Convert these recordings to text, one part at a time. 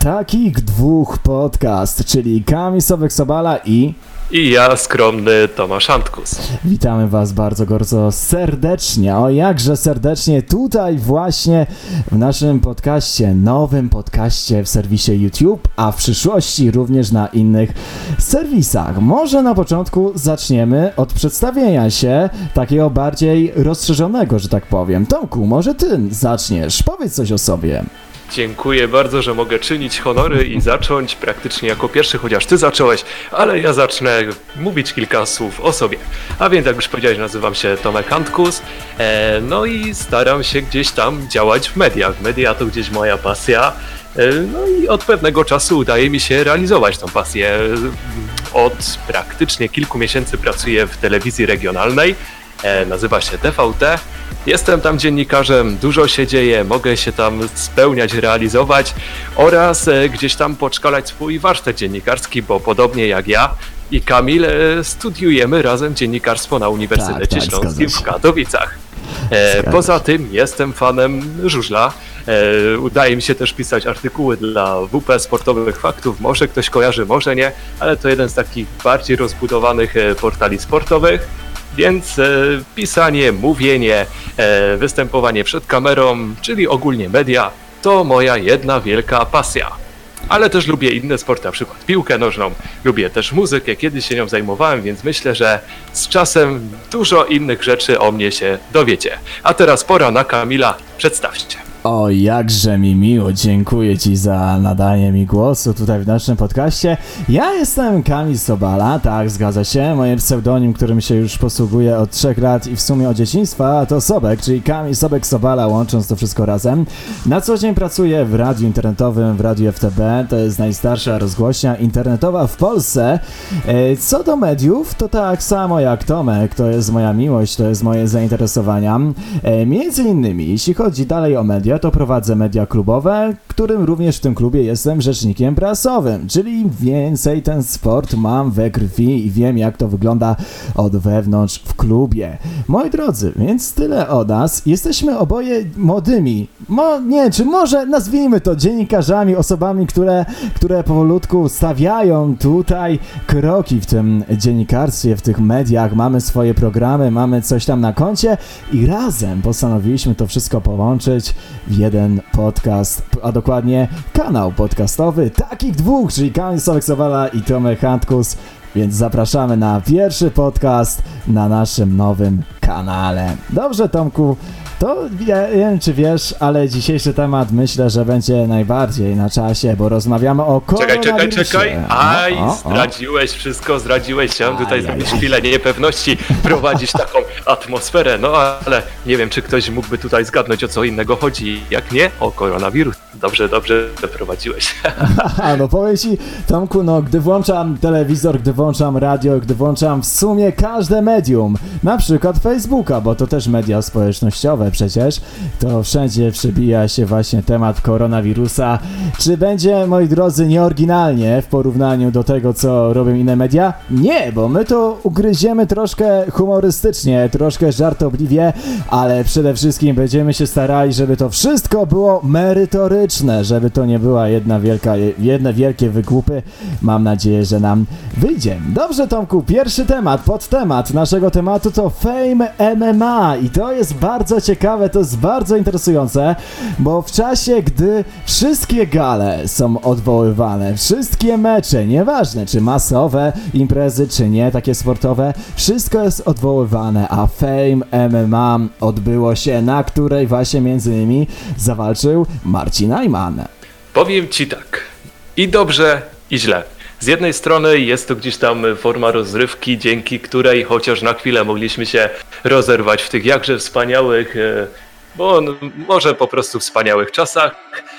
Takich dwóch podcast, czyli Kamil Sobek-Sobala i ja, skromny Tomasz Antkus. Witamy Was bardzo serdecznie, o jakże serdecznie tutaj właśnie w naszym podcaście, nowym podcaście w serwisie YouTube, a w przyszłości również na innych serwisach. Może na początku zaczniemy od przedstawienia się takiego bardziej rozszerzonego, że tak powiem. Tomku, może Ty zaczniesz, powiedz coś o sobie. Dziękuję bardzo, że mogę czynić honory i zacząć praktycznie jako pierwszy, chociaż Ty zacząłeś, ale ja zacznę mówić kilka słów o sobie. A więc, jak już powiedziałeś, nazywam się Tomek Antkus, no i staram się gdzieś tam działać w mediach. Media to gdzieś moja pasja, no i od pewnego czasu udaje mi się realizować tą pasję. Od praktycznie kilku miesięcy pracuję w telewizji regionalnej, nazywa się TVT. Jestem tam dziennikarzem, dużo się dzieje, mogę się tam spełniać, realizować oraz gdzieś tam podszkalać swój warsztat dziennikarski, bo podobnie jak ja i Kamil studiujemy razem dziennikarstwo na Uniwersytecie Śląskim w Katowicach. Poza tym jestem fanem żużla. Udaje mi się też pisać artykuły dla WP Sportowych Faktów. Może ktoś kojarzy, może nie, ale to jeden z takich bardziej rozbudowanych portali sportowych. Więc pisanie, mówienie, występowanie przed kamerą, czyli ogólnie media, to moja jedna wielka pasja. Ale też lubię inne sporty, na przykład piłkę nożną, lubię też muzykę, kiedyś się nią zajmowałem, więc myślę, że z czasem dużo innych rzeczy o mnie się dowiecie. A teraz pora na Kamila, przedstawcie. O, jakże mi miło, dziękuję Ci za nadanie mi głosu tutaj w naszym podcaście. Ja jestem Kamil Sobala, tak, zgadza się, moje pseudonim, którym się już posługuję od 3 lat i w sumie od dzieciństwa, to Sobek, czyli Kamil Sobek-Sobala, łącząc to wszystko razem. Na co dzień pracuję w radiu internetowym, w Radiu FTB, to jest najstarsza rozgłośnia internetowa w Polsce. Co do mediów, to tak samo jak Tomek, to jest moja miłość, to jest moje zainteresowania. Między innymi, jeśli chodzi dalej o media, to prowadzę media klubowe, którym również w tym klubie jestem rzecznikiem prasowym, czyli więcej ten sport mam we krwi i wiem, jak to wygląda od wewnątrz w klubie. Moi drodzy, więc tyle o nas. Jesteśmy oboje młodymi, czy może nazwijmy to dziennikarzami, osobami, które powolutku stawiają tutaj kroki w tym dziennikarstwie, w tych mediach, mamy swoje programy, mamy coś tam na koncie i razem postanowiliśmy to wszystko połączyć w jeden podcast, a dokładnie kanał podcastowy Takich Dwóch, czyli Kamil Sobek-Sobala i Tomek Antkus, więc zapraszamy na pierwszy podcast na naszym nowym kanale. Dobrze, Tomku, to ja nie wiem, czy wiesz, ale dzisiejszy temat myślę, że będzie najbardziej na czasie, bo rozmawiamy o koronawirusie. Czekaj. Zdradziłeś wszystko, Chciałem tutaj zrobić chwilę niepewności, prowadzić taką atmosferę, no ale nie wiem, czy ktoś mógłby tutaj zgadnąć, o co innego chodzi, jak nie o koronawirus. Dobrze prowadziłeś. No powiem Ci, Tomku, gdy włączam telewizor, gdy włączam radio, gdy włączam w sumie każde medium, na przykład Facebooka, bo to też media społecznościowe przecież, to wszędzie przebija się właśnie temat koronawirusa. Czy będzie, moi drodzy, nieoryginalnie w porównaniu do tego, co robią inne media? Nie, bo my to ugryziemy troszkę humorystycznie, troszkę żartobliwie, ale przede wszystkim będziemy się starali, żeby to wszystko było merytoryczne, żeby to nie była jedne wielkie wygłupy. Mam nadzieję, że nam wyjdzie. Dobrze, Tomku, pierwszy temat, podtemat naszego tematu to Fame MMA i to jest bardzo ciekawe, to jest bardzo interesujące, bo w czasie, gdy wszystkie gale są odwoływane, wszystkie mecze, nieważne czy masowe imprezy, czy nie, takie sportowe, wszystko jest odwoływane, a Fame MMA odbyło się, na której właśnie między innymi zawalczył Marcin Najman. Powiem Ci tak, i dobrze, i źle. Z jednej strony jest to gdzieś tam forma rozrywki, dzięki której chociaż na chwilę mogliśmy się rozerwać w tych jakże wspaniałych, bo może po prostu wspaniałych czasach,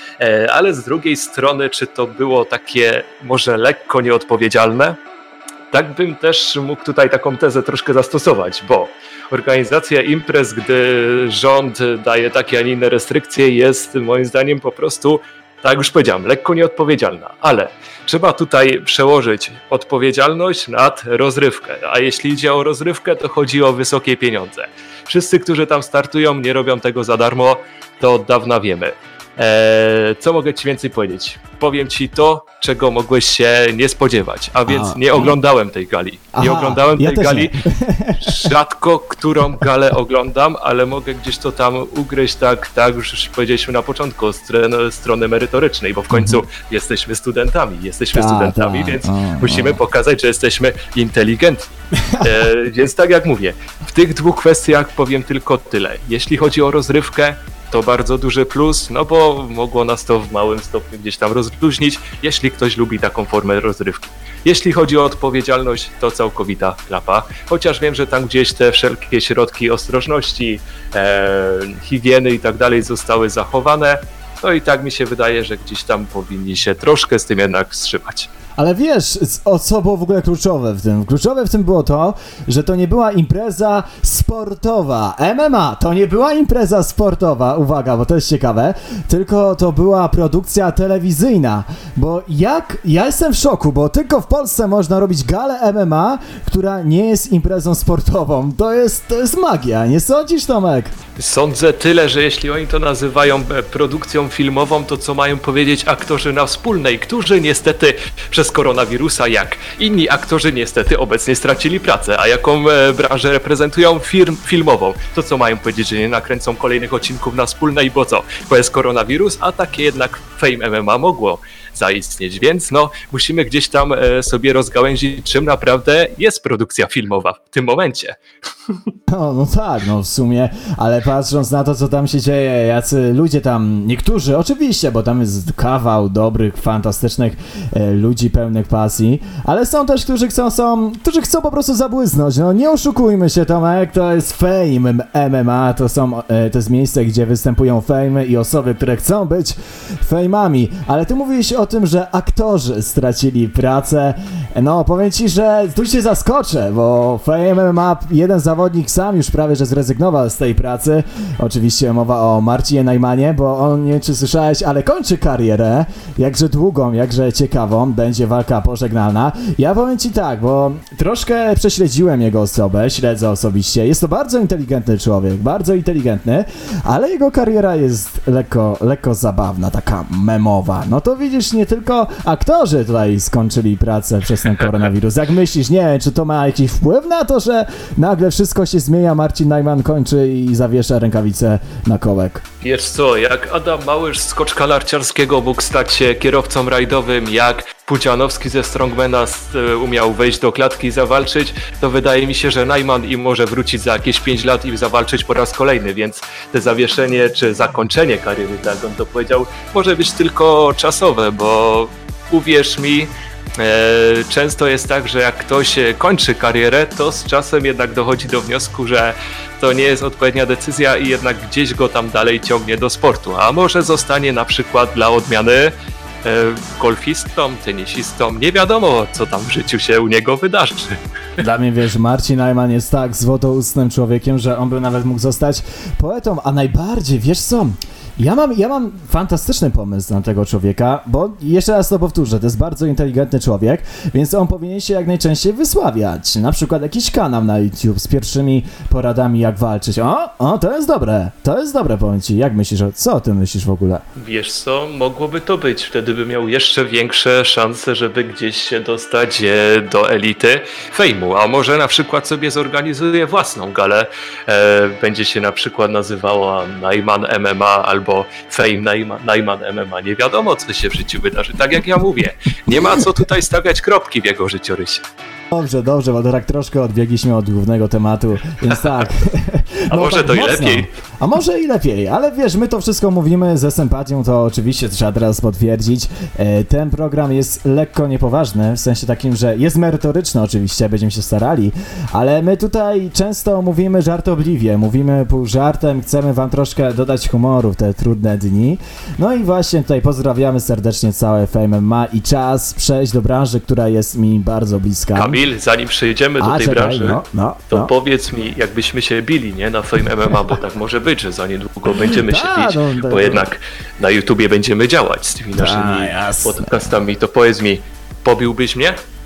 ale z drugiej strony, czy to było takie może lekko nieodpowiedzialne? Tak bym też mógł tutaj taką tezę troszkę zastosować, bo organizacja imprez, gdy rząd daje takie, a nie inne restrykcje, jest moim zdaniem po prostu, tak jak już powiedziałem, lekko nieodpowiedzialna, ale trzeba tutaj przełożyć odpowiedzialność nad rozrywkę, a jeśli idzie o rozrywkę, to chodzi o wysokie pieniądze. Wszyscy, którzy tam startują, nie robią tego za darmo, to od dawna wiemy. Co mogę ci więcej powiedzieć? Powiem ci to, czego mogłeś się nie spodziewać, a więc nie oglądałem tej gali. Nie oglądałem tej gali. Rzadko którą galę oglądam, ale mogę gdzieś to tam ugryźć tak już powiedzieliśmy na początku od strony merytorycznej, bo w końcu jesteśmy studentami, więc musimy pokazać, że jesteśmy inteligentni. Więc tak jak mówię, w tych dwóch kwestiach powiem tylko tyle. Jeśli chodzi o rozrywkę, to bardzo duży plus, no bo mogło nas to w małym stopniu gdzieś tam rozluźnić, jeśli ktoś lubi taką formę rozrywki. Jeśli chodzi o odpowiedzialność, to całkowita klapa, chociaż wiem, że tam gdzieś te wszelkie środki ostrożności, higieny i tak dalej zostały zachowane, no i tak mi się wydaje, że gdzieś tam powinni się troszkę z tym jednak wstrzymać. Ale wiesz, co było w ogóle kluczowe w tym? Kluczowe w tym było to, że to nie była impreza sportowa. MMA to nie była impreza sportowa, uwaga, bo to jest ciekawe, tylko to była produkcja telewizyjna. Bo ja jestem w szoku, bo tylko w Polsce można robić galę MMA, która nie jest imprezą sportową. To jest magia, nie sądzisz, Tomek? Sądzę tyle, że jeśli oni to nazywają produkcją filmową, to co mają powiedzieć aktorzy na Wspólnej, którzy niestety przez koronawirusa, jak inni aktorzy niestety obecnie stracili pracę, a jaką branżę reprezentują filmową, to co mają powiedzieć, że nie nakręcą kolejnych odcinków na Wspólnej, bo co? Bo jest koronawirus, a takie jednak Fame MMA mogło zaistnieć, więc musimy gdzieś tam sobie rozgałęzić, czym naprawdę jest produkcja filmowa w tym momencie. No tak, w sumie, ale patrząc na to, co tam się dzieje, jacy ludzie tam, niektórzy oczywiście, bo tam jest kawał dobrych, fantastycznych ludzi pełnych pasji, ale są też, którzy chcą po prostu zabłysnąć, nie oszukujmy się, Tomek, to jest Fame MMA, to jest miejsce, gdzie występują fame i osoby, które chcą być fejmami, ale ty mówiłeś o tym, że aktorzy stracili pracę, powiem ci, że tu się zaskoczę, bo Fame MMA, jeden zawodnik sam już prawie, że zrezygnował z tej pracy, oczywiście mowa o Marcinie Najmanie, bo on, nie wiem czy słyszałeś, ale kończy karierę, jakże długą, jakże ciekawą, będzie walka pożegnalna. Ja powiem ci tak, bo troszkę prześledziłem jego osobę, śledzę osobiście, jest to bardzo inteligentny człowiek, bardzo inteligentny, ale jego kariera jest lekko zabawna, taka memowa. No to widzisz, nie tylko aktorzy tutaj skończyli pracę przez ten koronawirus. Jak myślisz, nie wiem, czy to ma jakiś wpływ na to, że nagle wszystko się zmienia, Marcin Najman kończy i zawiesza rękawice na kołek? Wiesz co, jak Adam Małysz z skoczka narciarskiego mógł stać się kierowcą rajdowym, jak Pudzianowski ze Strongmana umiał wejść do klatki i zawalczyć, to wydaje mi się, że Najman i może wrócić za jakieś 5 lat i zawalczyć po raz kolejny, więc te zawieszenie czy zakończenie kariery, tak on to powiedział, może być tylko czasowe, bo uwierz mi, często jest tak, że jak ktoś kończy karierę, to z czasem jednak dochodzi do wniosku, że to nie jest odpowiednia decyzja i jednak gdzieś go tam dalej ciągnie do sportu, a może zostanie na przykład dla odmiany golfistą, tenisistą, nie wiadomo co tam w życiu się u niego wydarzy. Dla mnie, wiesz, Marcin Najman jest tak złotoustnym człowiekiem, że on by nawet mógł zostać poetą, a najbardziej, wiesz co, ja mam fantastyczny pomysł na tego człowieka, bo jeszcze raz to powtórzę, to jest bardzo inteligentny człowiek, więc on powinien się jak najczęściej wysławiać. Na przykład jakiś kanał na YouTube z pierwszymi poradami, jak walczyć. To jest dobre, powiem ci. Jak myślisz, co ty myślisz w ogóle? Wiesz co, mogłoby to być. Wtedy by miał jeszcze większe szanse, żeby gdzieś się dostać do elity fejmu. A może na przykład sobie zorganizuje własną galę. Będzie się na przykład nazywała Najman MMA albo Fame Najman MMA. Nie wiadomo, co się w życiu wydarzy. Tak jak ja mówię, nie ma co tutaj stawiać kropki w jego życiorysie. Dobrze, bo to tak troszkę odbiegliśmy od głównego tematu, więc tak. A może tak to mocno. I lepiej. A może i lepiej, ale wiesz, my to wszystko mówimy ze sympatią, to oczywiście trzeba teraz potwierdzić. Ten program jest lekko niepoważny, w sensie takim, że jest merytoryczny oczywiście, będziemy się starali, ale my tutaj często mówimy żartobliwie, mówimy pół żartem, chcemy wam troszkę dodać humoru w te trudne dni. No i właśnie tutaj pozdrawiamy serdecznie całe Fame MMA i czas przejść do branży, która jest mi bardzo bliska. Kamil, zanim przejdziemy do tej branży, to powiedz mi, jakbyśmy się bili, nie, na Fame MMA, bo tak może być, że za niedługo będziemy się bić, bo jednak na YouTubie będziemy działać z tymi naszymi podcastami, to powiedz mi, pobiłbyś mnie?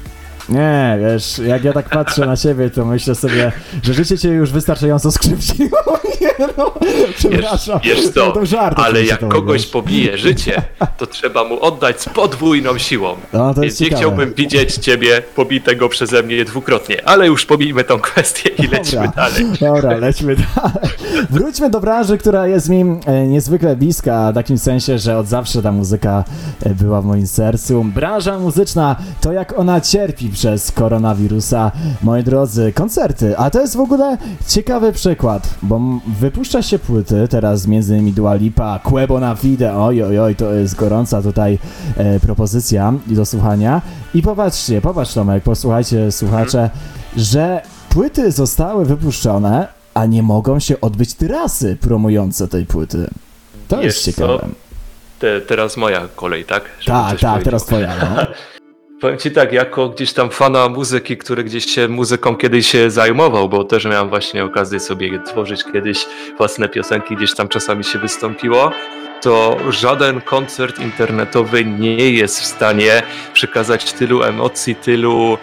Nie, wiesz, jak ja tak patrzę na siebie, to myślę sobie, że życie cię już wystarczająco skrzywdziło. Nie, no, przepraszam. Wiesz co, to żart, ale jak kogoś wiesz. pobije życie, to trzeba mu oddać z podwójną siłą. No, to jest Więc nie ciekawe. chciałbym widzieć ciebie pobitego przeze mnie dwukrotnie, ale już pobijmy tą kwestię i lecimy dalej. Dobra, lećmy dalej. Wróćmy do branży, która jest mi niezwykle bliska, w takim sensie, że od zawsze ta muzyka była w moim sercu. Branża muzyczna, to jak ona cierpi przez koronawirusa. Moi drodzy, koncerty, a to jest w ogóle ciekawy przykład, bo wypuszcza się płyty, teraz między innymi Dua Lipa, Quebo na Fide, oj, to jest gorąca tutaj propozycja do słuchania. I popatrz Tomek, posłuchajcie słuchacze, że płyty zostały wypuszczone, a nie mogą się odbyć trasy promujące tej płyty. To jest ciekawe. Teraz moja kolej, tak? Żeby coś Tak, powiedział. teraz twoja, no. Powiem ci tak, jako gdzieś tam fana muzyki, który gdzieś się muzyką kiedyś się zajmował, bo też miałem właśnie okazję sobie tworzyć kiedyś własne piosenki, gdzieś tam czasami się wystąpiło, to żaden koncert internetowy nie jest w stanie przekazać tylu emocji, tylu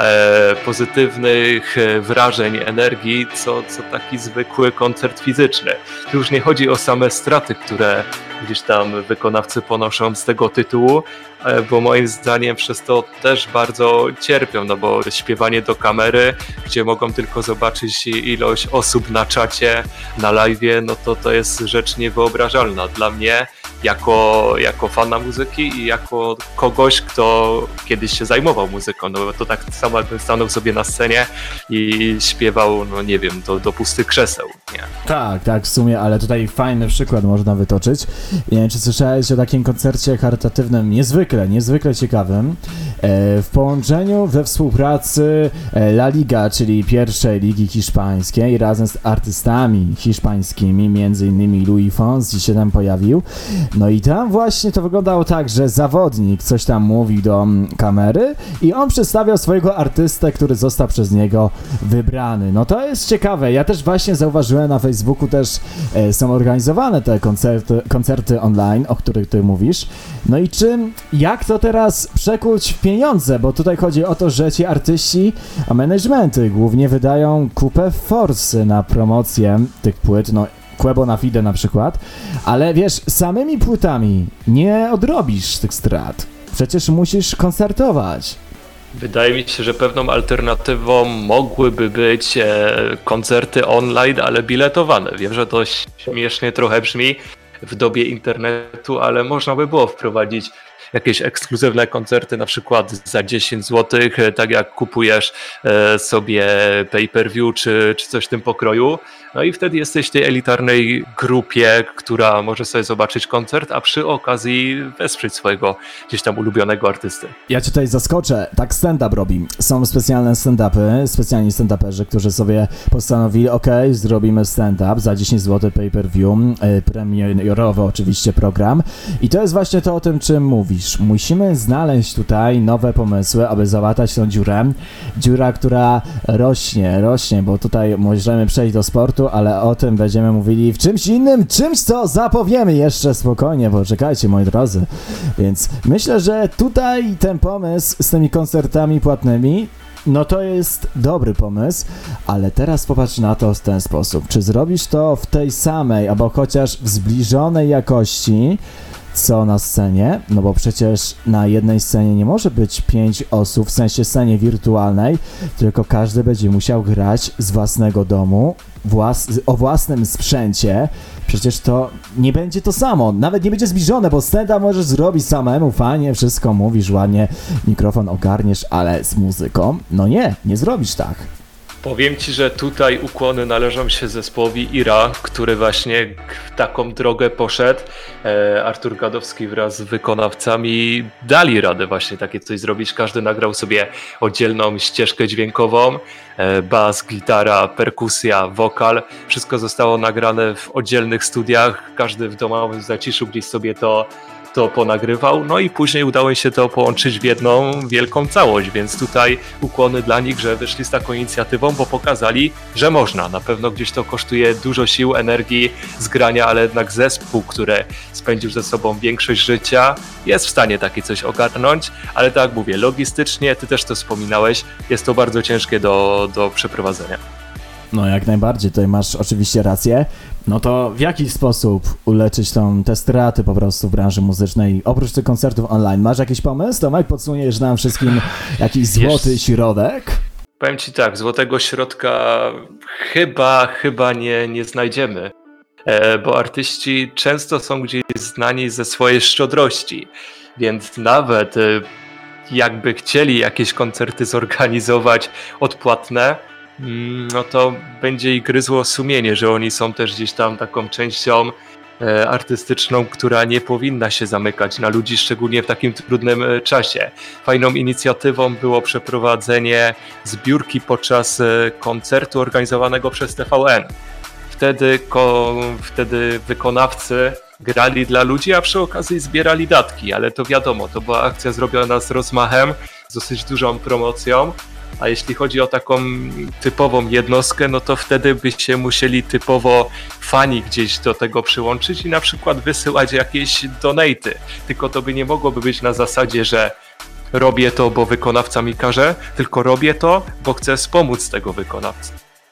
pozytywnych wrażeń, energii, co taki zwykły koncert fizyczny. Tu już nie chodzi o same straty, które gdzieś tam wykonawcy ponoszą z tego tytułu, bo moim zdaniem przez to też bardzo cierpią, no bo śpiewanie do kamery, gdzie mogą tylko zobaczyć ilość osób na czacie, na live'ie, no to jest rzecz niewyobrażalna dla mnie jako fana muzyki i jako kogoś, kto kiedyś się zajmował muzyką, no bo to tak samo jakbym stanął sobie na scenie i śpiewał, no nie wiem, do pustych krzeseł, nie? Tak, w sumie, ale tutaj fajny przykład można wytoczyć. Nie wiem, czy słyszałeś o takim koncercie charytatywnym niezwykle ciekawym, w połączeniu we współpracy La Liga, czyli pierwszej ligi hiszpańskiej, razem z artystami hiszpańskimi, między innymi Luis Fonsi się tam pojawił. No i tam właśnie to wyglądało tak, że zawodnik coś tam mówił do kamery i on przedstawiał swojego artystę, który został przez niego wybrany. No to jest ciekawe. Ja też właśnie zauważyłem na Facebooku też są organizowane te koncerty online, o których ty mówisz. No i jak to teraz przekuć w pieniądze? Bo tutaj chodzi o to, że ci artyści, a managementy głównie wydają kupę forsy na promocję tych płyt, no Quebo na Fide na przykład, ale wiesz, samymi płytami nie odrobisz tych strat. Przecież musisz koncertować. Wydaje mi się, że pewną alternatywą mogłyby być koncerty online, ale biletowane. Wiem, że to śmiesznie trochę brzmi w dobie internetu, ale można by było wprowadzić jakieś ekskluzywne koncerty, na przykład za 10 zł, tak jak kupujesz sobie pay-per-view czy coś w tym pokroju. No i wtedy jesteś w tej elitarnej grupie, która może sobie zobaczyć koncert, a przy okazji wesprzeć swojego gdzieś tam ulubionego artysty. Ja cię tutaj zaskoczę, tak stand-up robi. Są specjalni stand-uperzy, którzy sobie postanowili, zrobimy stand-up za 10 zł pay-per-view, premierowy oczywiście program. I to jest właśnie to, o tym czym mówisz. Musimy znaleźć tutaj nowe pomysły, aby załatać tą dziurę. Dziura, która rośnie, bo tutaj możemy przejść do sportu, ale o tym będziemy mówili w czymś innym, czymś co zapowiemy jeszcze spokojnie, poczekajcie moi drodzy. Więc myślę, że tutaj ten pomysł z tymi koncertami płatnymi, no to jest dobry pomysł, ale teraz popatrz na to w ten sposób. Czy zrobisz to w tej samej, albo chociaż w zbliżonej jakości, co na scenie? No bo przecież na jednej scenie nie może być 5 osób, w sensie scenie wirtualnej, tylko każdy będzie musiał grać z własnego domu, o własnym sprzęcie. Przecież to nie będzie to samo, nawet nie będzie zbliżone, bo stand-up możesz zrobić samemu, fajnie, wszystko mówisz ładnie, mikrofon ogarniesz, ale z muzyką? No nie zrobisz tak. Powiem ci, że tutaj ukłony należą się zespołowi Ira, który właśnie w taką drogę poszedł. Artur Gadowski wraz z wykonawcami dali radę właśnie takie coś zrobić. Każdy nagrał sobie oddzielną ścieżkę dźwiękową, bas, gitara, perkusja, wokal. Wszystko zostało nagrane w oddzielnych studiach, każdy w domowym zaciszu gdzieś sobie to to ponagrywał, no i później udało się to połączyć w jedną wielką całość, więc tutaj ukłony dla nich, że wyszli z taką inicjatywą, bo pokazali, że można. Na pewno gdzieś to kosztuje dużo sił, energii, zgrania, ale jednak zespół, który spędził ze sobą większość życia, jest w stanie takie coś ogarnąć, ale tak jak mówię, logistycznie, ty też to wspominałeś, jest to bardzo ciężkie do przeprowadzenia. No jak najbardziej, tutaj masz oczywiście rację. No to w jaki sposób uleczyć te straty po prostu w branży muzycznej, oprócz tych koncertów online? Masz jakiś pomysł? Tomek, podsuniesz nam wszystkim jakiś złoty środek? Powiem ci tak, złotego środka chyba nie znajdziemy, bo artyści często są gdzieś znani ze swojej szczodrości, więc nawet jakby chcieli jakieś koncerty zorganizować odpłatne, no to będzie ich gryzło sumienie, że oni są też gdzieś tam taką częścią artystyczną, która nie powinna się zamykać na ludzi, szczególnie w takim trudnym czasie. Fajną inicjatywą było przeprowadzenie zbiórki podczas koncertu organizowanego przez TVN. Wtedy wykonawcy grali dla ludzi, a przy okazji zbierali datki, ale to wiadomo, to była akcja zrobiona z rozmachem, z dosyć dużą promocją. A jeśli chodzi o taką typową jednostkę, no to wtedy by się musieli typowo fani gdzieś do tego przyłączyć i na przykład wysyłać jakieś donaty. Tylko to by nie mogłoby być na zasadzie, że robię to, bo wykonawca mi każe, tylko robię to, bo chcę wspomóc tego wykonawcę.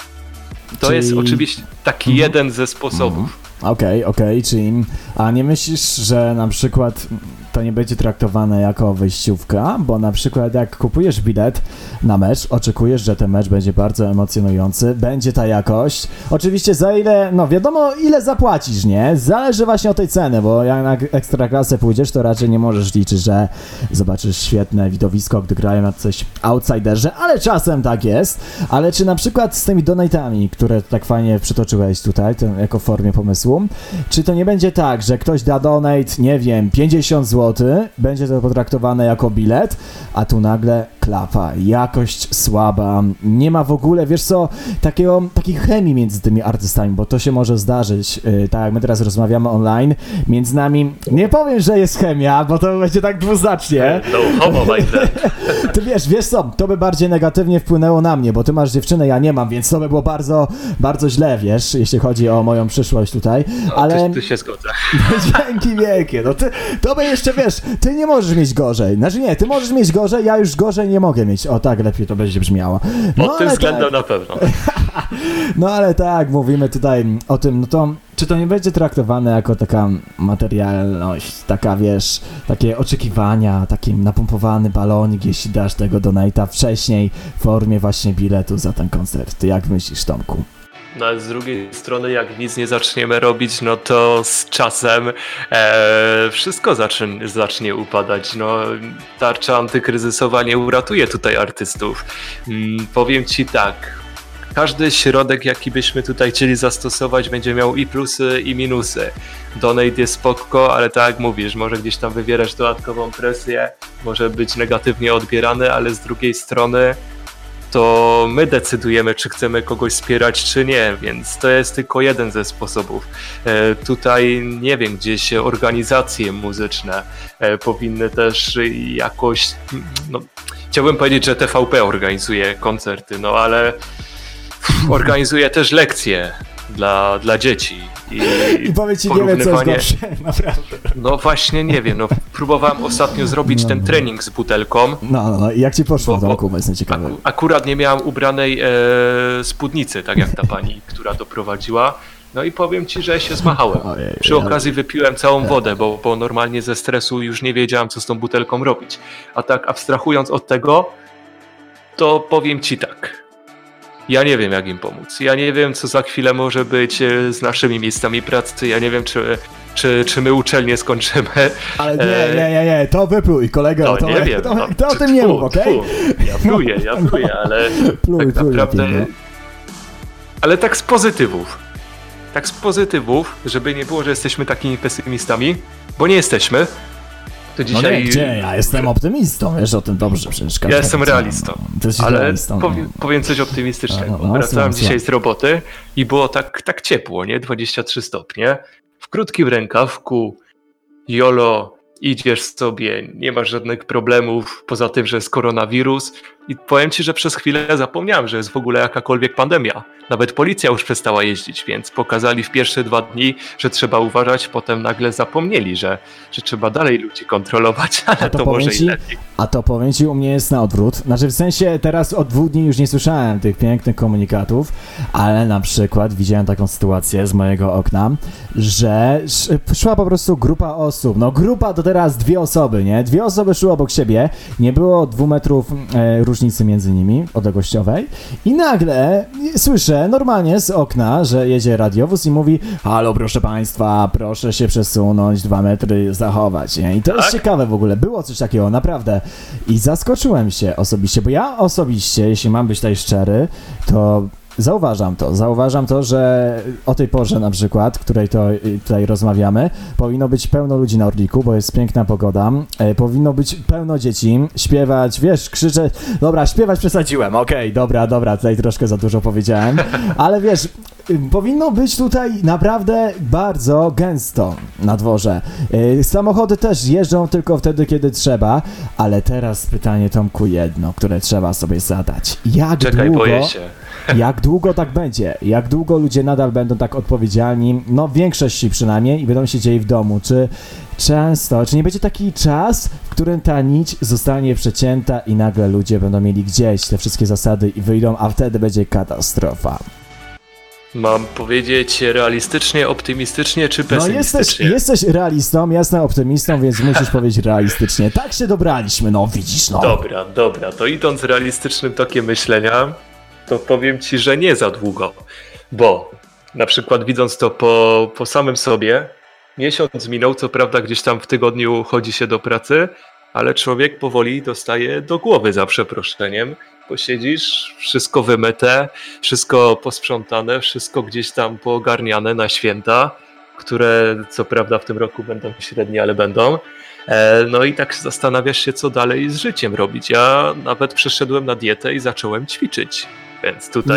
To jest oczywiście taki jeden ze sposobów. Okej, czyli a nie myślisz, że na przykład to nie będzie traktowane jako wyjściówka, bo na przykład jak kupujesz bilet na mecz, oczekujesz, że ten mecz będzie bardzo emocjonujący, będzie ta jakość, oczywiście za ile, no wiadomo ile zapłacisz, nie? Zależy właśnie od tej ceny, bo jak na ekstraklasę pójdziesz, to raczej nie możesz liczyć, że zobaczysz świetne widowisko, gdy grają na coś outsiderzy, ale czasem tak jest, ale czy na przykład z tymi donatami, które tak fajnie przytoczyłeś tutaj, jako formie pomysłu, czy to nie będzie tak, że ktoś da donate, nie wiem, 50 zł, będzie to potraktowane jako bilet, a tu nagle klapa, jakość słaba, nie ma w ogóle, wiesz co, takiej chemii między tymi artystami, bo to się może zdarzyć, tak jak my teraz rozmawiamy online, między nami, nie powiem, że jest chemia, bo to będzie tak dwuznacznie. No homo, my friend. Ty wiesz co, to by bardziej negatywnie wpłynęło na mnie, bo ty masz dziewczynę, ja nie mam, więc to by było bardzo, bardzo źle, wiesz, jeśli chodzi o moją przyszłość tutaj, no, ale... Tu się zgodzę. Dzięki wielkie, no to by jeszcze, wiesz, ty nie możesz mieć gorzej, znaczy nie, ty możesz mieć gorzej, ja już gorzej nie mogę mieć, o tak, lepiej to będzie brzmiało. No, pod tym względem tak, na pewno. No ale tak, mówimy tutaj o tym, no to czy to nie będzie traktowane jako taka materialność, taka wiesz, takie oczekiwania, taki napompowany balonik, jeśli dasz tego donate'a wcześniej w formie właśnie biletu za ten koncert. Ty jak myślisz, Tomku? No ale z drugiej strony, jak nic nie zaczniemy robić, no to z czasem wszystko zacznie upadać. No, tarcza antykryzysowa nie uratuje tutaj artystów. Powiem ci tak, każdy środek, jaki byśmy tutaj chcieli zastosować, będzie miał i plusy, i minusy. Donate jest spoko, ale tak jak mówisz, może gdzieś tam wywierać dodatkową presję, może być negatywnie odbierany, ale z drugiej strony to my decydujemy, czy chcemy kogoś wspierać, czy nie, więc to jest tylko jeden ze sposobów. Tutaj, nie wiem, gdzieś organizacje muzyczne powinny też jakoś, no, chciałbym powiedzieć, że TVP organizuje koncerty, no ale organizuje też lekcje dla dzieci. I powiedz ci, nie wiem, co jest gorsze, naprawdę. No właśnie, nie wiem, no próbowałem ostatnio zrobić ten trening z butelką. No, i jak ci poszło, Tomku, bo jestem ciekawy. Akurat nie miałam ubranej spódnicy, tak jak ta pani, która to prowadziła. No i powiem ci, że się zmachałem. Przy okazji wypiłem całą wodę, bo normalnie ze stresu już nie wiedziałem, co z tą butelką robić. A tak abstrahując od tego, to powiem ci tak. Ja nie wiem, jak im pomóc. Ja nie wiem, co za chwilę może być z naszymi miejscami pracy. Ja nie wiem, czy my uczelnię skończymy. Ale nie, to wypluj, kolego. No, nie wiem. To o tym nie mów, okej? Ja pluję, ale pluj, tak naprawdę... lepiej, no. Ale tak z pozytywów. Tak z pozytywów, żeby nie było, że jesteśmy takimi pesymistami, bo nie jesteśmy. To dzisiaj... No nie, gdzie? Ja jestem optymistą, wiesz o tym dobrze przecież. Ja jestem realistą, ale realistą, powiem coś optymistycznego. Wracałem dzisiaj z roboty i było tak ciepło, nie? 23 stopnie. W krótkim rękawku, jolo, idziesz sobie, nie masz żadnych problemów, poza tym, że jest koronawirus i powiem ci, że przez chwilę zapomniałem, że jest w ogóle jakakolwiek pandemia. Nawet policja już przestała jeździć, więc pokazali w pierwsze 2 dni, że trzeba uważać, potem nagle zapomnieli, że trzeba dalej ludzi kontrolować, ale to może i lepiej. A to powiem ci, u mnie jest na odwrót. Znaczy w sensie teraz od 2 dni już nie słyszałem tych pięknych komunikatów, ale na przykład widziałem taką sytuację z mojego okna, że szła po prostu grupa osób. No grupa to teraz 2 osoby, nie? 2 osoby szły obok siebie, nie było 2 metrów różnicy między nimi, odległościowej i nagle słyszę normalnie z okna, że jedzie radiowóz i mówi: halo, proszę państwa, proszę się przesunąć, 2 metry zachować, nie? I to jest ciekawe w ogóle, było coś takiego, naprawdę. I zaskoczyłem się osobiście, bo ja osobiście, jeśli mam być tutaj szczery, to Zauważam to, że o tej porze na przykład, której to tutaj rozmawiamy, powinno być pełno ludzi na Orliku, bo jest piękna pogoda, powinno być pełno dzieci, śpiewać, wiesz, krzyczeć, dobra, śpiewać przesadziłem, okej, dobra, tutaj troszkę za dużo powiedziałem, ale wiesz, powinno być tutaj naprawdę bardzo gęsto na dworze. Samochody też jeżdżą tylko wtedy, kiedy trzeba, ale teraz pytanie, Tomku, jedno, które trzeba sobie zadać. Boję się. Jak długo tak będzie? Jak długo ludzie nadal będą tak odpowiedzialni? No w większości przynajmniej i będą siedzieli w domu. Czy nie będzie taki czas, w którym ta nić zostanie przecięta i nagle ludzie będą mieli gdzieś te wszystkie zasady i wyjdą, a wtedy będzie katastrofa? Mam powiedzieć realistycznie, optymistycznie czy pesymistycznie? No jesteś realistą, ja jestem optymistą, więc musisz powiedzieć realistycznie. Tak się dobraliśmy, no widzisz, no. Dobra, to idąc realistycznym tokiem myślenia, to powiem ci, że nie za długo, bo na przykład widząc to po samym sobie, miesiąc minął, co prawda gdzieś tam w tygodniu chodzi się do pracy, ale człowiek powoli dostaje do głowy, za przeproszeniem, posiedzisz, wszystko wymyte, wszystko posprzątane, wszystko gdzieś tam poogarniane na święta, które co prawda w tym roku będą średnie, ale będą. No i tak zastanawiasz się, co dalej z życiem robić. Ja nawet przeszedłem na dietę i zacząłem ćwiczyć. Więc tutaj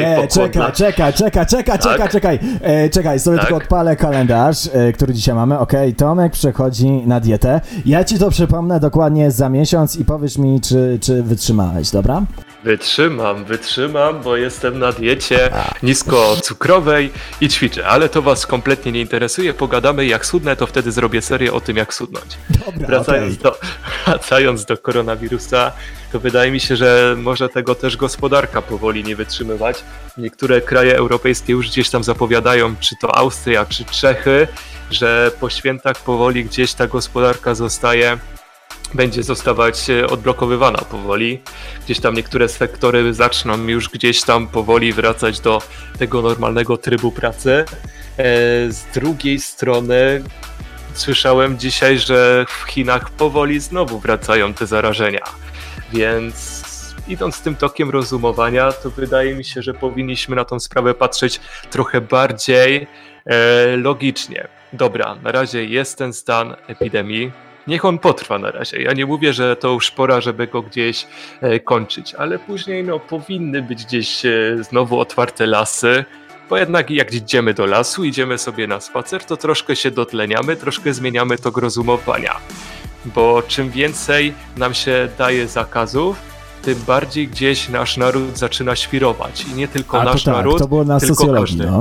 czekaj, sobie tylko odpalę kalendarz, który dzisiaj mamy. Okej, Tomek przechodzi na dietę. Ja ci to przypomnę dokładnie za miesiąc i powiesz mi, czy wytrzymałeś, dobra? Wytrzymam, bo jestem na diecie niskocukrowej i ćwiczę, ale to was kompletnie nie interesuje. Pogadamy, jak schudnę, to wtedy zrobię serię o tym, jak schudnąć. Dobra, Wracając do koronawirusa, to wydaje mi się, że może tego też gospodarka powoli nie wytrzymywać. Niektóre kraje europejskie już gdzieś tam zapowiadają, czy to Austria, czy Czechy, że po świętach powoli gdzieś ta gospodarka będzie zostawać odblokowywana powoli. Gdzieś tam niektóre sektory zaczną już gdzieś tam powoli wracać do tego normalnego trybu pracy. Z drugiej strony słyszałem dzisiaj, że w Chinach powoli znowu wracają te zarażenia. Więc idąc tym tokiem rozumowania, to wydaje mi się, że powinniśmy na tą sprawę patrzeć trochę bardziej logicznie. Dobra, na razie jest ten stan epidemii. Niech on potrwa na razie. Ja nie mówię, że to już pora, żeby go gdzieś kończyć, ale później powinny być gdzieś znowu otwarte lasy, bo jednak jak idziemy do lasu, idziemy sobie na spacer, to troszkę się dotleniamy, troszkę zmieniamy tok rozumowania. Bo czym więcej nam się daje zakazów, tym bardziej gdzieś nasz naród zaczyna świrować. I nie tylko nasz naród, to było na tylko socjologii, każdy.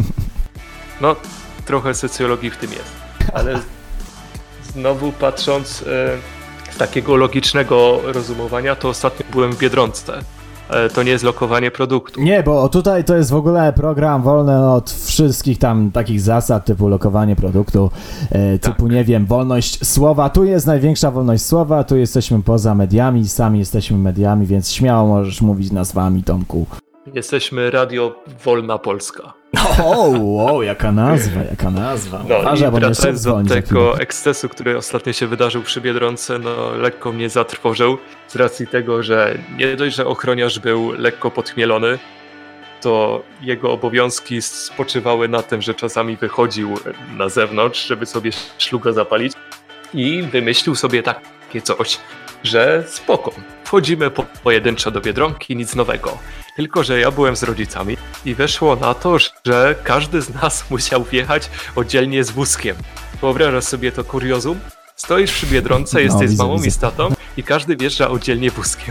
No, trochę socjologii w tym jest. Ale znowu patrząc z takiego logicznego rozumowania, to ostatnio byłem w Biedronce. To nie jest lokowanie produktu. Nie, bo tutaj to jest w ogóle program wolny od wszystkich tam takich zasad typu lokowanie produktu, typu nie wiem, wolność słowa. Tu jest największa wolność słowa, tu jesteśmy poza mediami, sami jesteśmy mediami, więc śmiało możesz mówić nazwami, Tomku. Jesteśmy Radio Wolna Polska. Jaka nazwa. I wracając do tego ekscesu, który ostatnio się wydarzył przy Biedronce, lekko mnie zatrwożył z racji tego, że nie dość, że ochroniarz był lekko podchmielony, to jego obowiązki spoczywały na tym, że czasami wychodził na zewnątrz, żeby sobie szluga zapalić i wymyślił sobie takie coś, że spoko, wchodzimy pojedynczo do Biedronki, nic nowego. Tylko że ja byłem z rodzicami i weszło na to, że każdy z nas musiał wjechać oddzielnie z wózkiem. Wyobrażasz sobie to kuriozum? Stoisz przy Biedronce, jesteś z widzę, mamą widzę. i z tatą i każdy wjeżdża oddzielnie wózkiem.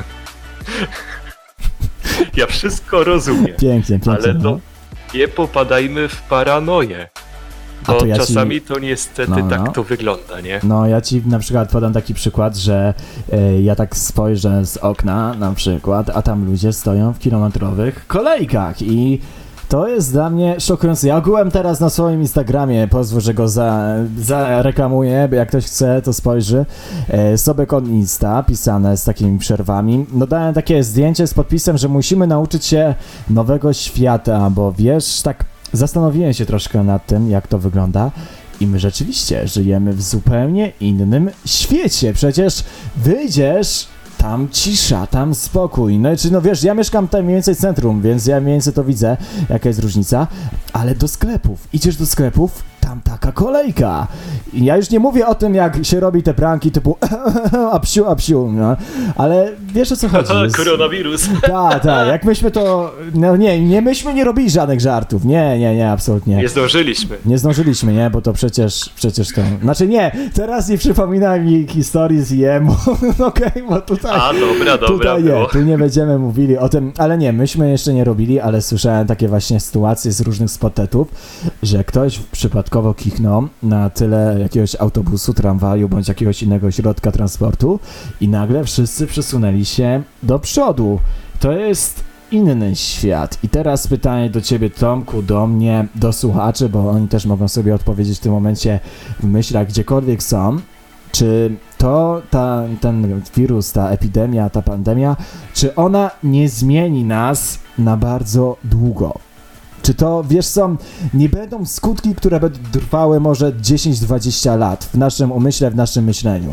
Ja wszystko rozumiem, Pięknie, ale no. to nie popadajmy w paranoję. A Bo to ja ci- czasami to niestety No. tak to wygląda, nie? No, ja ci na przykład podam taki przykład, że ja tak spojrzę z okna na przykład, a tam ludzie stoją w kilometrowych kolejkach i to jest dla mnie szokujące. Ja ogółem teraz na swoim Instagramie, pozwól, że go zareklamuję, bo jak ktoś chce, to spojrzy. Sobek on Insta, pisane z takimi przerwami. No dałem takie zdjęcie z podpisem, że musimy nauczyć się nowego świata, bo wiesz, tak zastanowiłem się troszkę nad tym, jak to wygląda. I my rzeczywiście żyjemy w zupełnie innym świecie. Przecież wyjdziesz, tam cisza, tam spokój. No wiesz, ja mieszkam tam mniej więcej w centrum, więc ja mniej więcej to widzę, jaka jest różnica. Ale do sklepów, idziesz do sklepów, tam taka kolejka. I ja już nie mówię o tym, jak się robi te pranki typu a psiu, no. Ale wiesz, o co chodzi. Koronawirus. Tak, jak myśmy to... No nie, myśmy nie robili żadnych żartów. Nie, absolutnie. Nie zdążyliśmy. Nie zdążyliśmy, nie? Bo to przecież to... Znaczy nie, teraz nie przypominaj mi historii z IEM-u, okej, bo tutaj... A, dobra, Tutaj było. nie, tu nie będziemy mówili o tym, ale nie, myśmy jeszcze nie robili, ale słyszałem takie właśnie sytuacje z różnych spotetów, że ktoś przypadkowo kichnął na tyle jakiegoś autobusu, tramwaju bądź jakiegoś innego środka transportu i nagle wszyscy przesunęli się do przodu. To jest inny świat. I teraz pytanie do ciebie, Tomku, do mnie, do słuchaczy, bo oni też mogą sobie odpowiedzieć w tym momencie w myślach, gdziekolwiek są. Czy to ten wirus, ta epidemia, ta pandemia, czy ona nie zmieni nas na bardzo długo? Czy to, wiesz co, nie będą skutki, które będą trwały może 10-20 lat w naszym umyśle, w naszym myśleniu?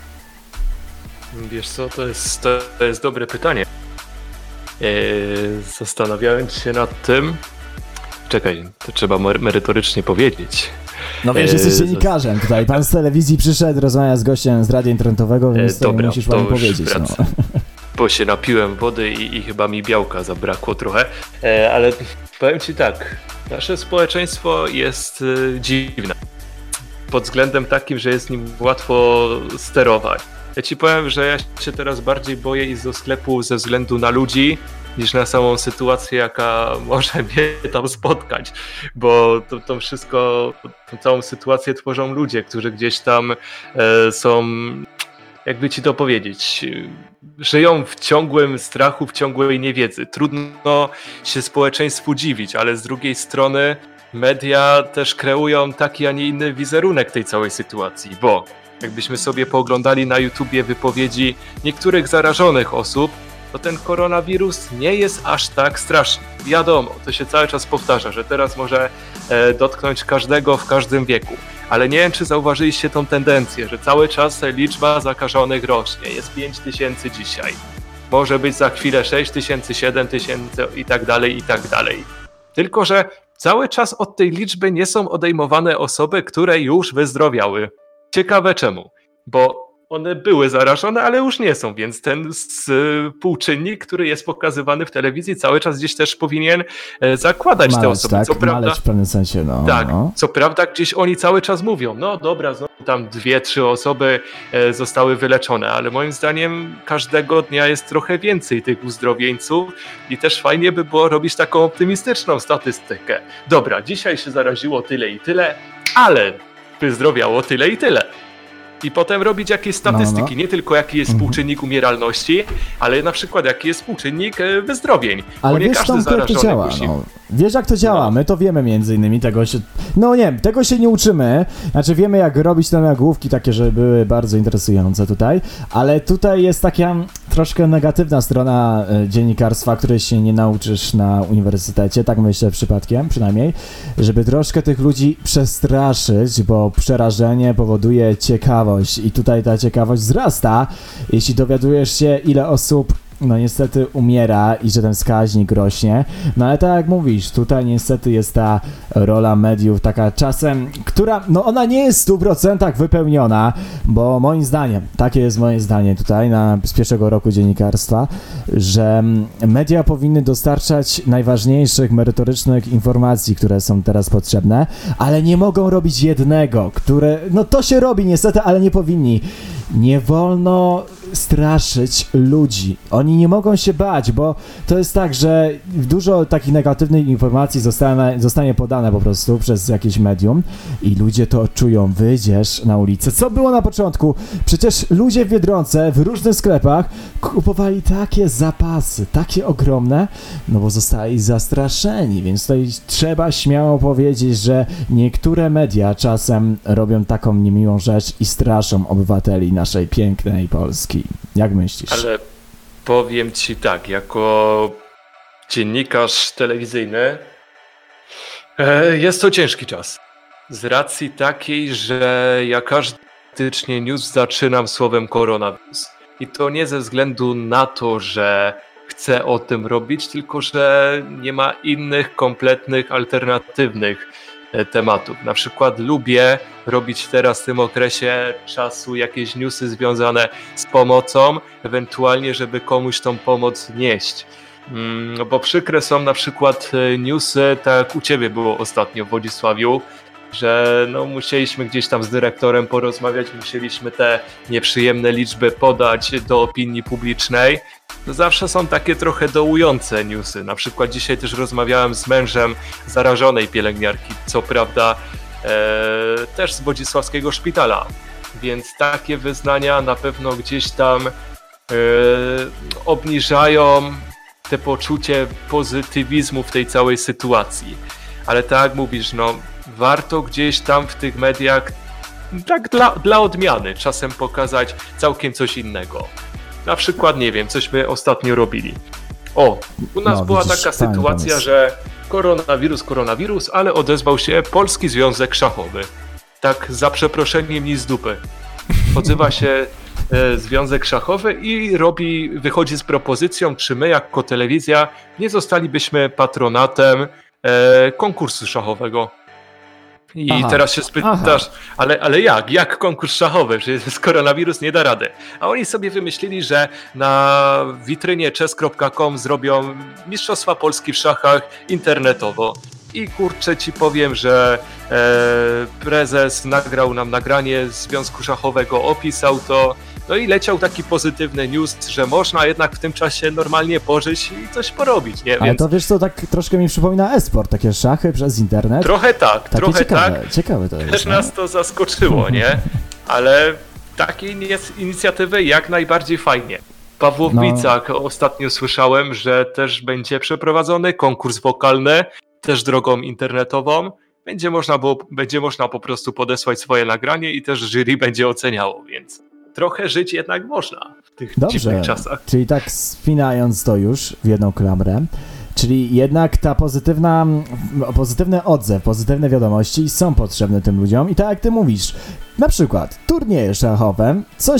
Wiesz co, to jest dobre pytanie. Zastanawiając się nad tym... Czekaj, to trzeba merytorycznie powiedzieć. No wiesz, jesteś dziennikarzem tutaj, pan z telewizji przyszedł, rozmawia z gościem z radia internetowego, więc dobra, musisz pan powiedzieć. No. Bo się napiłem wody i chyba mi białka zabrakło trochę, ale powiem ci tak, nasze społeczeństwo jest dziwne. Pod względem takim, że jest nim łatwo sterować. Ja ci powiem, że ja się teraz bardziej boję iść do sklepu ze względu na ludzi, niż na samą sytuację, jaka może mnie tam spotkać, bo to wszystko, tą całą sytuację tworzą ludzie, którzy gdzieś tam są, jakby ci to powiedzieć, żyją w ciągłym strachu, w ciągłej niewiedzy. Trudno się społeczeństwu dziwić, ale z drugiej strony media też kreują taki, a nie inny wizerunek tej całej sytuacji, bo jakbyśmy sobie pooglądali na YouTubie wypowiedzi niektórych zarażonych osób, to ten koronawirus nie jest aż tak straszny. Wiadomo, to się cały czas powtarza, że teraz może dotknąć każdego w każdym wieku. Ale nie wiem, czy zauważyliście tą tendencję, że cały czas liczba zakażonych rośnie. Jest 5000 dzisiaj. Może być za chwilę 6000, 7000 i tak dalej, i tak dalej. Tylko że cały czas od tej liczby nie są odejmowane osoby, które już wyzdrowiały. Ciekawe czemu, bo one były zarażone, ale już nie są, więc ten współczynnik, który jest pokazywany w telewizji, cały czas gdzieś też powinien zakładać te osoby. Tak, co prawda, maleć w pewnym sensie, no. tak, no. co prawda gdzieś oni cały czas mówią, no dobra, znowu tam 2-3 osoby zostały wyleczone, ale moim zdaniem każdego dnia jest trochę więcej tych uzdrowieńców i też fajnie by było robić taką optymistyczną statystykę. Dobra, dzisiaj się zaraziło tyle i tyle, ale wyzdrowiało tyle i tyle. I potem robić jakieś statystyki, nie tylko jaki jest współczynnik umieralności, ale na przykład jaki jest współczynnik wyzdrowień. Ale bo nie wiesz, każdy Tomku, jak to zarażony działa, musi... no. Wiesz, jak to działa, No. my to wiemy między innymi, tego się nie uczymy, znaczy wiemy, jak robić te nagłówki takie, żeby były bardzo interesujące tutaj, ale tutaj jest taka troszkę negatywna strona dziennikarstwa, której się nie nauczysz na uniwersytecie, tak myślę przypadkiem przynajmniej, żeby troszkę tych ludzi przestraszyć, bo przerażenie powoduje ciekawość i tutaj ta ciekawość wzrasta, jeśli dowiadujesz się, ile osób no niestety umiera i że ten wskaźnik rośnie. No ale tak jak mówisz, tutaj niestety jest ta rola mediów taka czasem, która, no ona nie jest w 100% wypełniona, bo moim zdaniem, takie jest moje zdanie tutaj z pierwszego roku dziennikarstwa, że media powinny dostarczać najważniejszych, merytorycznych informacji, które są teraz potrzebne, ale nie mogą robić jednego, no to się robi niestety, ale nie powinni. Nie wolno straszyć ludzi. Oni nie mogą się bać, bo to jest tak, że dużo takich negatywnych informacji zostanie podane po prostu przez jakieś medium i ludzie to odczują. Wyjdziesz na ulicę. Co było na początku? Przecież ludzie w Biedronce, w różnych sklepach kupowali takie zapasy, takie ogromne, no bo zostali zastraszeni, więc tutaj trzeba śmiało powiedzieć, że niektóre media czasem robią taką niemiłą rzecz i straszą obywateli naszej pięknej Polski. Jak myślisz? Ale powiem ci tak, jako dziennikarz telewizyjny jest to ciężki czas. Z racji takiej, że ja każdy praktycznie news zaczynam słowem koronawirus. I to nie ze względu na to, że chcę o tym robić, tylko że nie ma innych kompletnych, alternatywnych tematów. Na przykład lubię robić teraz w tym okresie czasu jakieś newsy związane z pomocą, ewentualnie żeby komuś tą pomoc nieść. Bo przykre są na przykład newsy, tak jak u ciebie było ostatnio w Wodzisławiu, że no musieliśmy gdzieś tam z dyrektorem porozmawiać, musieliśmy te nieprzyjemne liczby podać do opinii publicznej. To zawsze są takie trochę dołujące newsy. Na przykład dzisiaj też rozmawiałem z mężem zarażonej pielęgniarki, co prawda też z wodzisławskiego szpitala. Więc takie wyznania na pewno gdzieś tam obniżają te poczucie pozytywizmu w tej całej sytuacji. Ale tak jak mówisz, no warto gdzieś tam w tych mediach tak dla odmiany czasem pokazać całkiem coś innego. Na przykład, nie wiem, cośmy ostatnio robili. U nas była taka sytuacja, że koronawirus, ale odezwał się Polski Związek Szachowy. Tak za przeproszeniem nic z dupy. Odzywa się Związek Szachowy i wychodzi z propozycją, czy my jako telewizja nie zostalibyśmy patronatem konkursu szachowego. I teraz się spytasz, ale jak konkurs szachowy, że z koronawirus nie da rady. A oni sobie wymyślili, że na witrynie chess.com zrobią Mistrzostwa Polski w szachach internetowo. I kurczę ci powiem, że prezes nagrał nam nagranie z Związku Szachowego, opisał to, no i leciał taki pozytywny news, że można jednak w tym czasie normalnie pożyć i coś porobić, nie? Ale więc to wiesz co, tak troszkę mi przypomina e-sport, takie szachy przez internet. Trochę tak, Ciekawe to jest. Też nas to zaskoczyło, nie? Ale takiej inicjatywy jak najbardziej fajnie. W Pawłowicach ostatnio słyszałem, że też będzie przeprowadzony konkurs wokalny, też drogą internetową. Będzie można po prostu podesłać swoje nagranie i też jury będzie oceniało, więc trochę żyć jednak można w tych dziwnych czasach. Czyli tak spinając to już w jedną klamrę, czyli jednak ta pozytywny odzew, pozytywne wiadomości są potrzebne tym ludziom i tak jak ty mówisz, na przykład turnieje szachowe,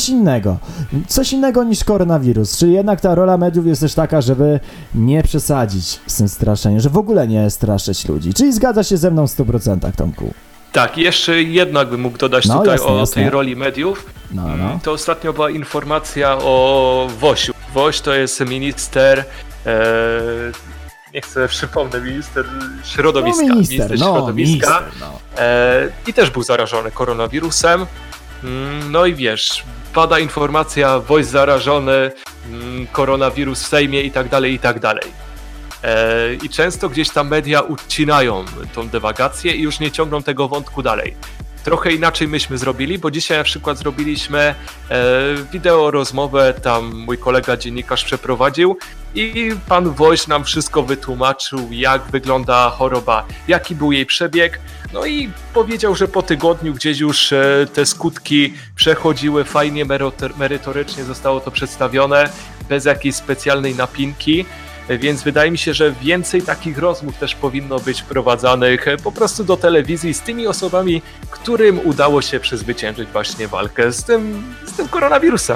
coś innego niż koronawirus, czyli jednak ta rola mediów jest też taka, żeby nie przesadzić z tym straszeniem, że w ogóle nie straszyć ludzi, czyli zgadza się ze mną w 100%, Tomku. Tak, jeszcze jednak bym mógł dodać tutaj jasne. Tej roli mediów. To ostatnio była informacja o Wosiu. Woś to jest minister, nie chcę przypomnę, minister środowiska. I też był zarażony koronawirusem. No i wiesz, pada informacja, Woś zarażony, koronawirus w Sejmie i tak dalej, i tak dalej. I często gdzieś tam media ucinają tą dywagację i już nie ciągną tego wątku dalej. Trochę inaczej myśmy zrobili, bo dzisiaj na przykład zrobiliśmy wideo rozmowę, tam mój kolega dziennikarz przeprowadził i pan Woś nam wszystko wytłumaczył, jak wygląda choroba, jaki był jej przebieg. No i powiedział, że po tygodniu gdzieś już te skutki przechodziły fajnie, merytorycznie zostało to przedstawione, bez jakiejś specjalnej napinki. Więc wydaje mi się, że więcej takich rozmów też powinno być wprowadzanych po prostu do telewizji z tymi osobami, którym udało się przezwyciężyć właśnie walkę z tym koronawirusem.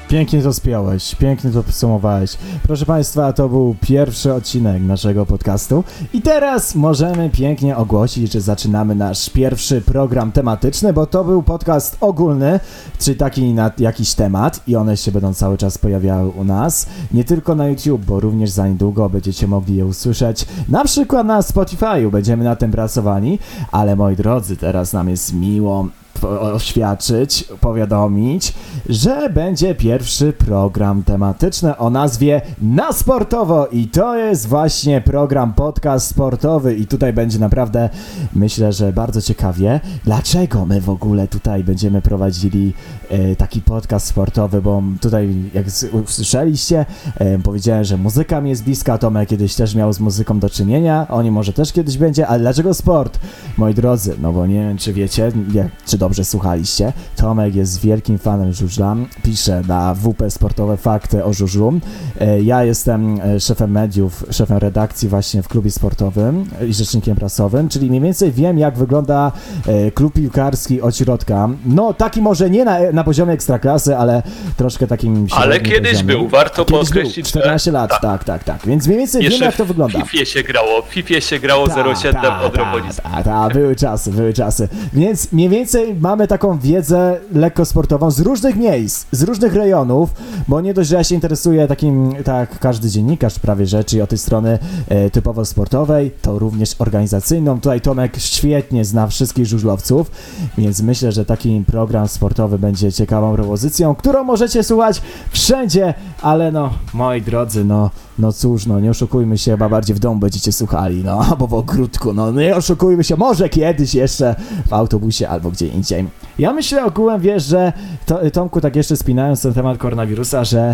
Pięknie to spiąłeś, pięknie to podsumowałeś. Proszę Państwa, to był pierwszy odcinek naszego podcastu i teraz możemy pięknie ogłosić, że zaczynamy nasz pierwszy program tematyczny, bo to był podcast ogólny, czyli taki na jakiś temat i one się będą cały czas pojawiały u nas, nie tylko na YouTube, bo również za niedługo będziecie mogli je usłyszeć, na przykład na Spotify'u, będziemy na tym pracowali, ale moi drodzy, teraz nam jest miło oświadczyć, powiadomić, że będzie pierwszy program tematyczny o nazwie Na Sportowo i to jest właśnie program podcast sportowy i tutaj będzie naprawdę, myślę, że bardzo ciekawie. Dlaczego my w ogóle tutaj będziemy prowadzili taki podcast sportowy, bo tutaj jak usłyszeliście, powiedziałem, że muzyka mi jest bliska, Tomek kiedyś też miał z muzyką do czynienia, oni może też kiedyś będzie, ale dlaczego sport? Moi drodzy, no bo nie wiem, czy wiecie, czy dobrze słuchaliście, Tomek jest wielkim fanem żużla, pisze na WP Sportowe Fakty o żużlu. Ja jestem szefem mediów, szefem redakcji właśnie w klubie sportowym i rzecznikiem prasowym, czyli mniej więcej wiem, jak wygląda klub piłkarski od środka. No taki może nie na poziomie ekstraklasy, ale troszkę takim ale kiedyś poziomie. Był, warto podkreślić. 14 lat, tak. Więc mniej więcej wiem, jak to wygląda. W FIFA się grało 07 od Robolis. Tak, były czasy. Więc mniej więcej mamy taką wiedzę lekko sportową z różnych miejsc, z różnych rejonów, bo nie dość, że ja się interesuję takim, tak każdy dziennikarz prawie rzeczy od tej strony typowo sportowej, to również organizacyjną. Tutaj Tomek świetnie zna wszystkich żużlowców, więc myślę, że taki program sportowy będzie ciekawą propozycją, którą możecie słuchać wszędzie, ale no, moi drodzy, no cóż, nie oszukujmy się, chyba bardziej w domu będziecie słuchali, albo w ogródku, nie oszukujmy się, może kiedyś jeszcze w autobusie albo gdzie indziej. Ja myślę ogółem, wiesz, że Tomku, tak jeszcze spinając ten temat koronawirusa, że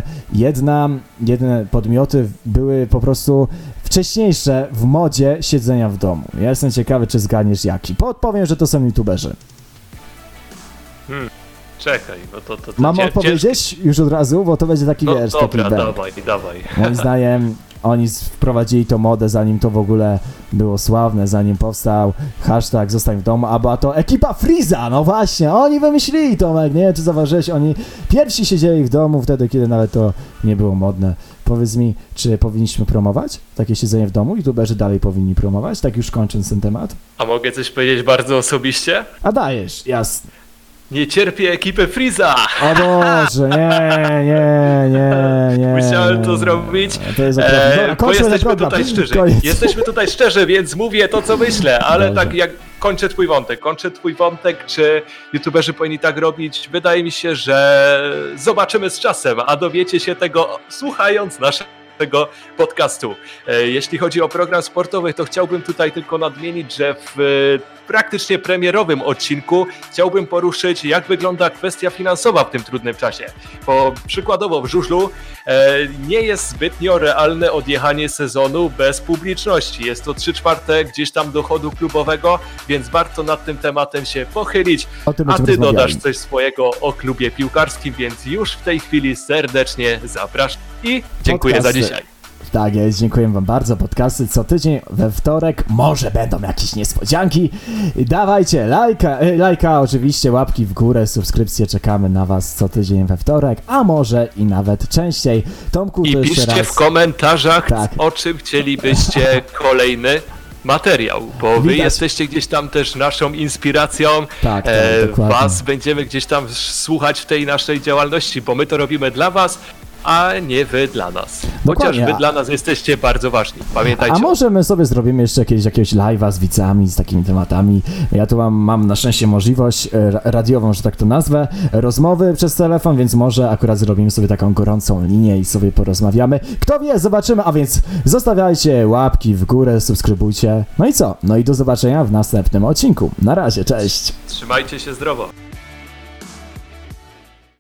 jedne podmioty były po prostu wcześniejsze w modzie siedzenia w domu. Ja jestem ciekawy, czy zgadniesz jaki. Podpowiem, że to są youtuberzy. Czekaj, no to mam odpowiedzieć już od razu, bo to będzie taki, wiesz, dobra, taki dawaj. Moim zdaniem oni wprowadzili to modę, zanim to w ogóle było sławne, zanim powstał hashtag zostań w domu, a to ekipa Freeza, no właśnie, oni wymyślili, Tomek, nie wiem, czy zauważyłeś, oni pierwsi siedzieli w domu wtedy, kiedy nawet to nie było modne. Powiedz mi, czy powinniśmy promować takie siedzenie w domu? YouTuberzy dalej powinni promować, tak już kończąc ten temat? A mogę coś powiedzieć bardzo osobiście? A dajesz, jasne. Nie cierpię ekipy Freeza! O Boże, nie. Musiałem to zrobić, to jest bo jesteśmy tutaj szczerzy. Jesteśmy tutaj szczerzy, więc mówię to, co myślę, ale Dobrze. Tak jak kończę twój wątek, czy youtuberzy powinni tak robić? Wydaje mi się, że zobaczymy z czasem, a dowiecie się tego słuchając naszego podcastu. Jeśli chodzi o program sportowy, to chciałbym tutaj tylko nadmienić, że w praktycznie premierowym odcinku chciałbym poruszyć, jak wygląda kwestia finansowa w tym trudnym czasie. Bo przykładowo w żużlu nie jest zbytnio realne odjechanie sezonu bez publiczności. Jest to 3/4 gdzieś tam dochodu klubowego, więc warto nad tym tematem się pochylić. A ty dodasz coś swojego o klubie piłkarskim, więc już w tej chwili serdecznie zapraszam i dziękuję za dzisiaj. Tak jest, dziękuję wam bardzo. Podcasty co tydzień we wtorek, może będą jakieś niespodzianki. Dawajcie lajka, oczywiście łapki w górę, subskrypcje, czekamy na was co tydzień we wtorek, a może i nawet częściej. Tomku, i to piszcie jeszcze raz w komentarzach, o czym chcielibyście kolejny materiał, bo wy jesteście gdzieś tam też naszą inspiracją, tak, was będziemy gdzieś tam słuchać w tej naszej działalności, bo my to robimy dla was, a nie wy dla nas. Chociaż wy dla nas jesteście bardzo ważni, pamiętajcie. A może my sobie zrobimy jeszcze kiedyś jakiegoś live'a z widzami, z takimi tematami. Ja tu mam na szczęście możliwość radiową, że tak to nazwę, rozmowy przez telefon, więc może akurat zrobimy sobie taką gorącą linię i sobie porozmawiamy. Kto wie, zobaczymy, a więc zostawiajcie łapki w górę, subskrybujcie. No i co? No i do zobaczenia w następnym odcinku. Na razie, cześć! Trzymajcie się zdrowo.